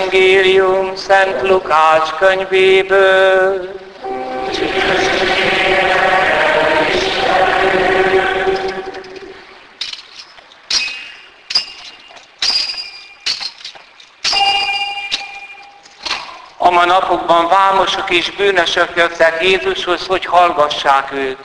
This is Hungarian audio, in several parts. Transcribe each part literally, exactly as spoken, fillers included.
Evangélium Szent Lukács könyvéből. Ama napokban vámosok és bűnösök jöttek Jézushoz, hogy hallgassák őt.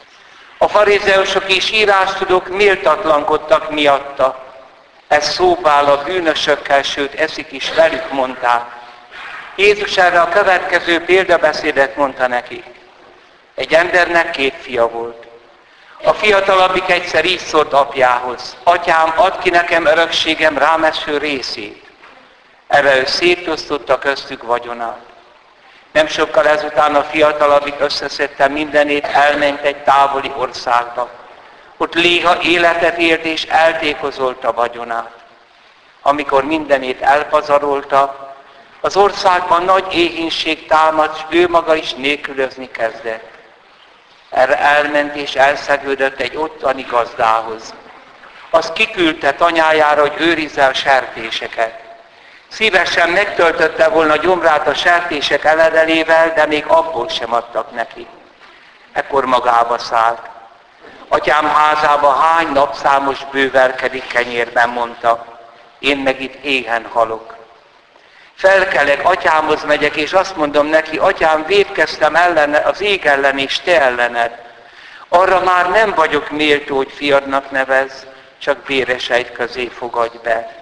A farizeusok és írástudók méltatlankodtak miatta. Ez szóba áll a bűnösökkel, sőt eszik is velük, mondták. Jézus erre a következő példabeszédet mondta nekik. Egy embernek két fia volt. A fiatalabbik egyszer így szólt apjához: Atyám, add ki nekem örökségem rám eső részét. Erre ő szétosztotta köztük vagyonát. Nem sokkal ezután a fiatalabbik összeszedte mindenét, elment egy távoli országba. Ott léha életet élt és eltékozolta vagyonát. Amikor mindenét elpazarolta, az országban nagy éhínség támadt, s ő maga is nélkülözni kezdett. Erre elment és elszegődött egy ottani gazdához. Az kiküldte anyájára, hogy őrizze a sertéseket. Szívesen megtöltötte volna gyomrát a sertések eledelével, de még abból sem adtak neki. Ekkor magába szállt. Atyám házába hány napszámos bővelkedik kenyérben, mondta. Én meg itt éhen halok. Felkelek, atyámhoz megyek, és azt mondom neki: Atyám, vétkeztem ellene, az ég ellen és te ellened. Arra már nem vagyok méltó, hogy fiadnak nevez, csak béreseid közé fogadj be.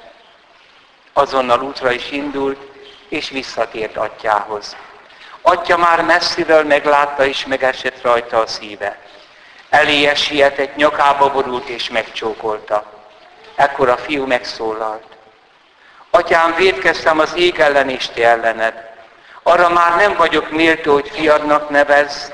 Azonnal útra is indult, és visszatért atyához. Atya már messziről meglátta, és megesett rajta a szíve. Eléje sietett, nyakába borult, és megcsókolta. Ekkor a fiú megszólalt. Atyám, vétkeztem az ég ellen és te ellened. Arra már nem vagyok méltó, hogy fiadnak nevez.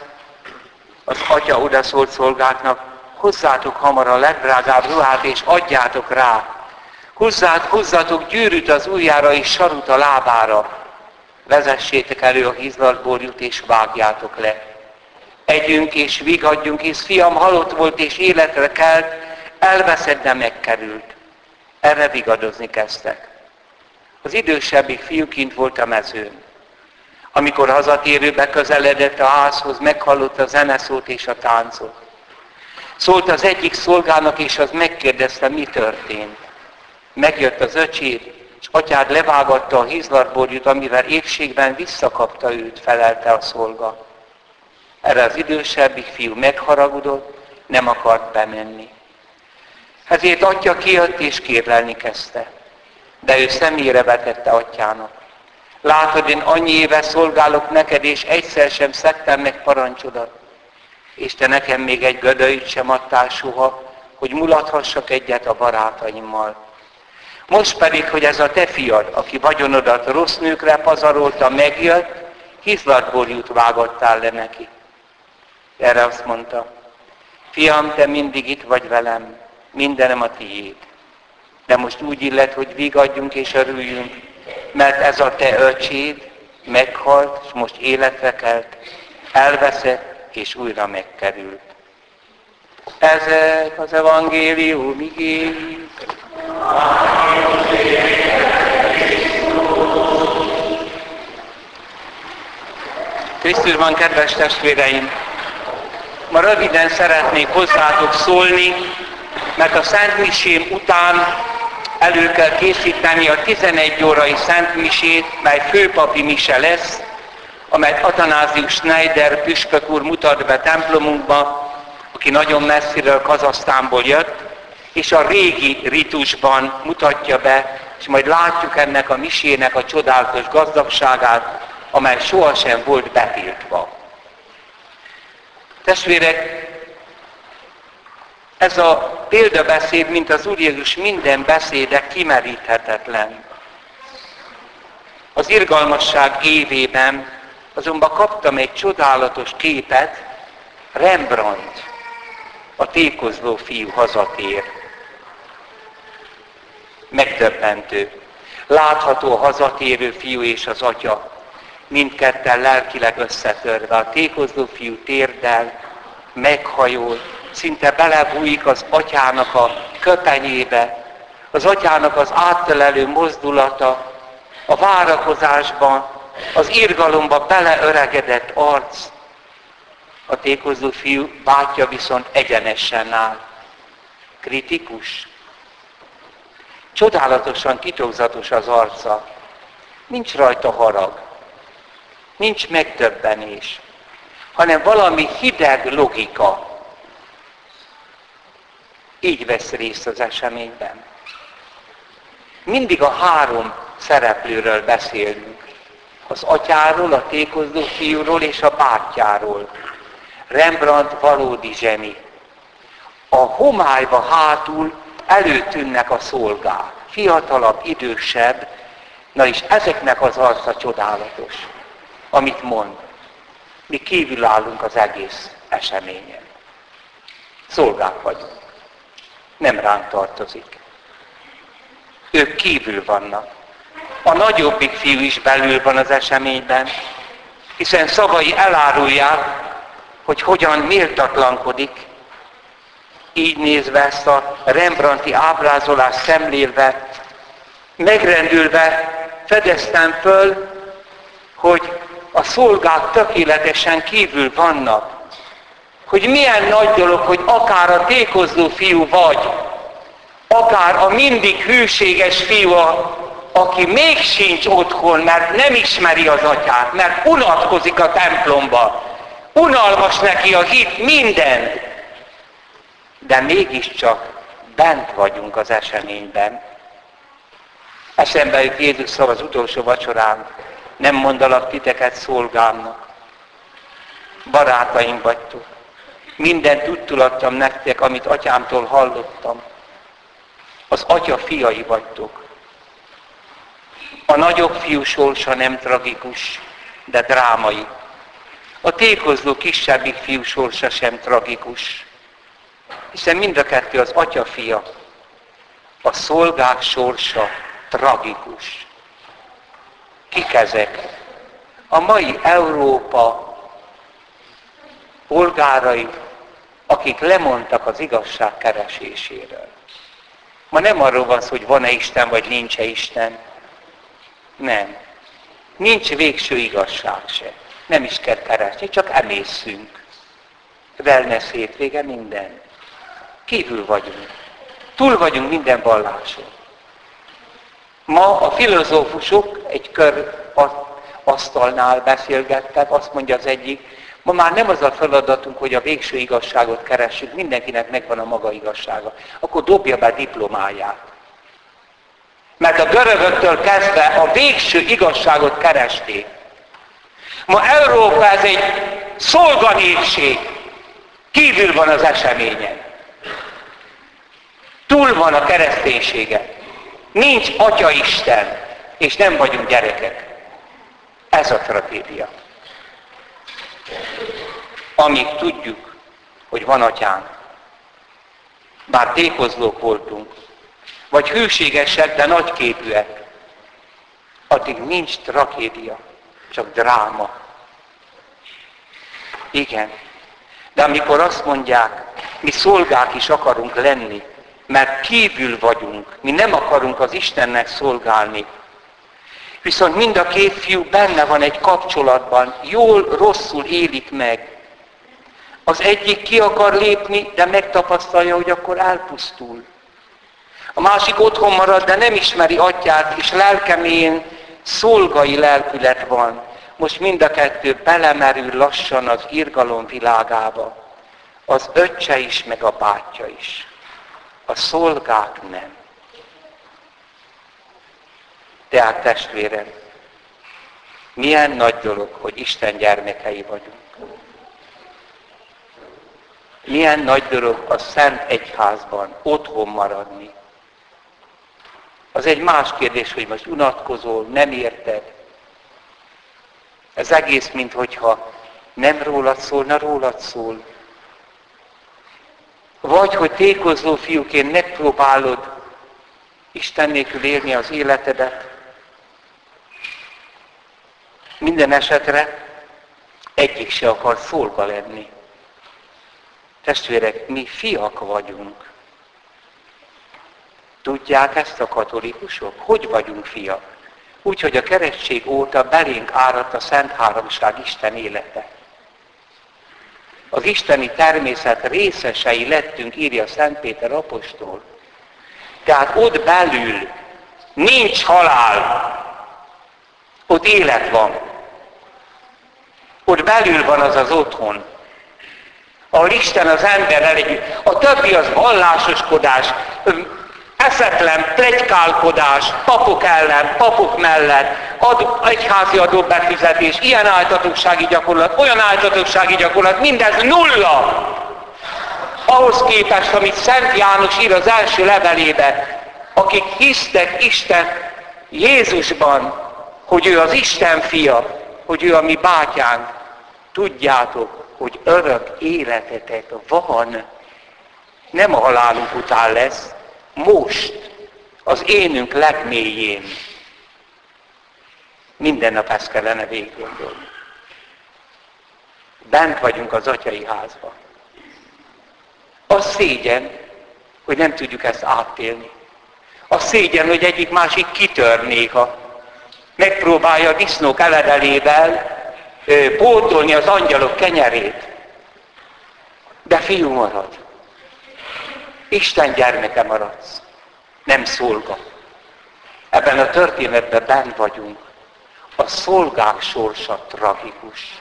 Az atya odaszólt szolgáknak: hozzátok hamar a legdrágább ruhát, és adjátok rá. Hozzát, hozzátok gyűrűt az ujjára és sarut a lábára. Vezessétek elő a hízlalt borjút, és vágjátok le. Együnk és vigadjunk, hisz fiam halott volt és életre kelt, elveszett, de megkerült. Erre vigadozni kezdtek. Az idősebbik fiú kint volt a mezőn. Amikor hazatérő beközeledett a házhoz, meghallotta a zeneszót és a táncot. Szólt az egyik szolgának, és az megkérdezte, mi történt. Megjött az öcséd, és atyád levágatta a hízlarborjút, amivel épségben visszakapta őt, felelte a szolga. Erre az idősebbik fiú megharagudott, nem akart bemenni. Ezért atya kijött és kérlelni kezdte. De ő szemére vetette atyának. Látod, én annyi éve szolgálok neked, és egyszer sem szegtem meg parancsodat. És te nekem még egy gödölyt sem adtál soha, hogy mulathassak egyet a barátaimmal. Most pedig, hogy ez a te fiad, aki vagyonodat rossz nőkre pazarolta, megjött, hízlatborjút vágottál le neki. Erre azt mondta: Fiam, te mindig itt vagy velem, mindenem a tiéd. De most úgy illet, hogy vigadjunk és örüljünk, mert ez a te öcséd meghalt, és most életre kelt, elveszett, és újra megkerült. Ezek az evangélium igéi. Krisztusban, kedves testvéreim! Ma röviden szeretnék hozzátok szólni, mert a Szent Misém után elő kell készíteni a tizenegy órai Szent Misét, mely főpapi mise lesz, amelyet Athanásius Schneider püspök úr mutat be templomunkba, aki nagyon messziről, Kazahsztánból jött, és a régi ritusban mutatja be, és majd látjuk ennek a misének a csodálatos gazdagságát, amely sohasem volt betiltva. Testvérek, ez a példabeszéd, mint az Úr Jézus minden beszéde, kimeríthetetlen. Az irgalmasság évében azonban kaptam egy csodálatos képet, Rembrandt, a tékozló fiú hazatér. Megdöbbentő. Látható a hazatérő fiú és az atya, mindketten lelkileg összetörve. A tékozló fiú térdel, meghajol, szinte belebújik az atyának a köpenyébe, az atyának az áttelelő mozdulata, a várakozásban, az irgalomba beleöregedett arc. A tékozló fiú bátyja viszont egyenesen áll. Kritikus. Csodálatosan titokzatos az arca. Nincs rajta harag. Nincs megdöbbenés. Hanem valami hideg logika. Így vesz részt az eseményben. Mindig a három szereplőről beszélünk. Az atyáról, a tékozló fiúról és a bátyjáról. Rembrandt valódi zseni. A homályba hátul előtűnnek a szolgák. Fiatalabb, idősebb. Na és ezeknek az arca csodálatos. Amit mond. Mi kívül állunk az egész eseményen. Szolgák vagyunk. Nem ránk tartozik. Ők kívül vannak. A nagyobbik fiú is belül van az eseményben, hiszen szavai elárulják, hogy hogyan méltatlankodik. Így nézve ezt a Rembrandti ábrázolást szemlélve, megrendülve fedeztem föl, hogy a szolgák tökéletesen kívül vannak. Hogy milyen nagy dolog, hogy akár a tékozló fiú vagy, akár a mindig hűséges fiú, aki még sincs otthon, mert nem ismeri az atyát, mert unatkozik a templomba. Unalmas neki a hit, mindent. De mégiscsak bent vagyunk az eseményben. Eszembe jut Jézus szava az utolsó vacsorán, nem mondalak titeket szolgámnak. Barátaim vagytok. Mindent úgy tudattam nektek, amit atyámtól hallottam. Az atya fiai vagytok. A nagyobb fiú sorsa nem tragikus, de drámai. A tékozló kisebbik fiú sorsa sem tragikus. Hiszen mind a kettő az atya fia. A szolgák sorsa tragikus. Kik ezek? A mai Európa polgárai, akik lemondtak az igazság kereséséről. Ma nem arról van szó, hogy van-e Isten, vagy nincs-e Isten. Nem. Nincs végső igazság se. Nem is kell keresni, csak emészszünk. Wellness hétvége, minden. Kívül vagyunk. Túl vagyunk minden valláson. Ma a filozófusok egy kör asztalnál beszélgettek, azt mondja az egyik, ma már nem az a feladatunk, hogy a végső igazságot keressük, mindenkinek megvan a maga igazsága. Akkor dobja be diplomáját. Mert a görögöktől kezdve a végső igazságot keresték. Ma Európa ez egy szolganépség. Kívül van az eseményen. Túl van a kereszténységen. Nincs Atya Isten, és nem vagyunk gyerekek. Ez a tragédia. Amíg tudjuk, hogy van atyánk, bár tékozlók voltunk, vagy hűségesek, de nagyképűek, addig nincs tragédia, csak dráma. Igen, de amikor azt mondják, mi szolgák is akarunk lenni, mert kívül vagyunk, mi nem akarunk az Istennek szolgálni, viszont mind a két fiú benne van egy kapcsolatban, jól, rosszul élik meg. Az egyik ki akar lépni, de megtapasztalja, hogy akkor elpusztul. A másik otthon marad, de nem ismeri atyát, és lelkemén szolgai lelkület van. Most mind a kettő belemerül lassan az irgalom világába. Az öccse is, meg a bátyja is. A szolgák nem. Tehát testvérem, milyen nagy dolog, hogy Isten gyermekei vagyunk. Milyen nagy dolog a Szent Egyházban otthon maradni. Az egy más kérdés, hogy most unatkozol, nem érted. Ez egész, minthogyha nem rólad szólna, rólad szól. Vagy, hogy tékozló fiúként megpróbálod Isten nélkül élni az életedet. Minden esetre egyik se akar szolga lenni. Testvérek, mi fiak vagyunk. Tudják ezt a katolikusok? Hogy vagyunk fiak? Úgyhogy a keresztség óta belénk áradt a Szent Háromság Isten élete. Az isteni természet részesei lettünk, írja Szent Péter apostol. Tehát ott belül nincs halál, ott élet van. Ott belül van az az otthon, ahol Isten az emberrel együtt. A többi az vallásoskodás, eszetlen pletykálkodás, papok ellen, papok mellett, ad, egyházi adóbefizetés, ilyen áltatossági gyakorlat, olyan áltatossági gyakorlat, mindez nulla! Ahhoz képest, amit Szent János ír az első levelébe, akik hisztek Isten Jézusban, hogy ő az Isten fia, hogy ő a mi bátyánk, tudjátok, hogy örök életetek van, nem a halálunk után lesz, most, az énünk legmélyén. Minden nap ezt kellene végiggondolni. Bent vagyunk az atyai házban. Az szégyen, hogy nem tudjuk ezt átélni. Az szégyen, hogy egyik másik kitör néha. Megpróbálja a disznók eledelével ö, pótolni az angyalok kenyerét. De fiú marad. Isten gyermeke maradsz. Nem szolga. Ebben a történetben bent vagyunk. A szolgák sorsa tragikus.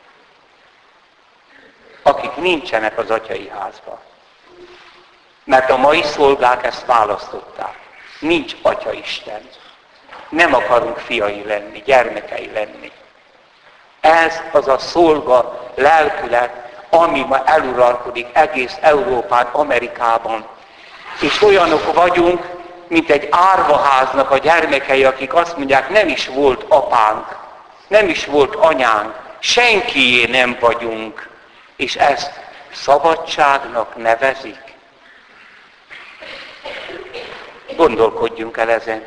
Akik nincsenek az atyai házban. Mert a mai szolgák ezt választották. Nincs Atya Isten. Nem akarunk fiai lenni, gyermekei lenni. Ez az a szolga lelkület, ami ma eluralkodik egész Európán, Amerikában. És olyanok vagyunk, mint egy árvaháznak a gyermekei, akik azt mondják, nem is volt apánk, nem is volt anyánk, senkié nem vagyunk. És ezt szabadságnak nevezik. Gondolkodjunk el ezen.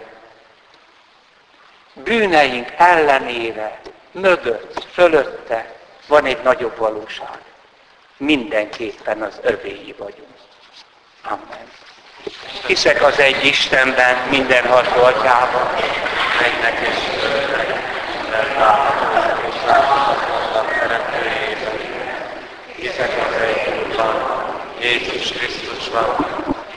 Bűneink ellenére, mögött, fölötte van egy nagyobb valóság. Mindenképpen az övéi vagyunk. Amen. Hiszek az egy Istenben, mindenható Atyában, mennek és földnek, feltámadott és láthatatlan szeretőjében. Hiszek az egy Úrban, Jézus Krisztusban,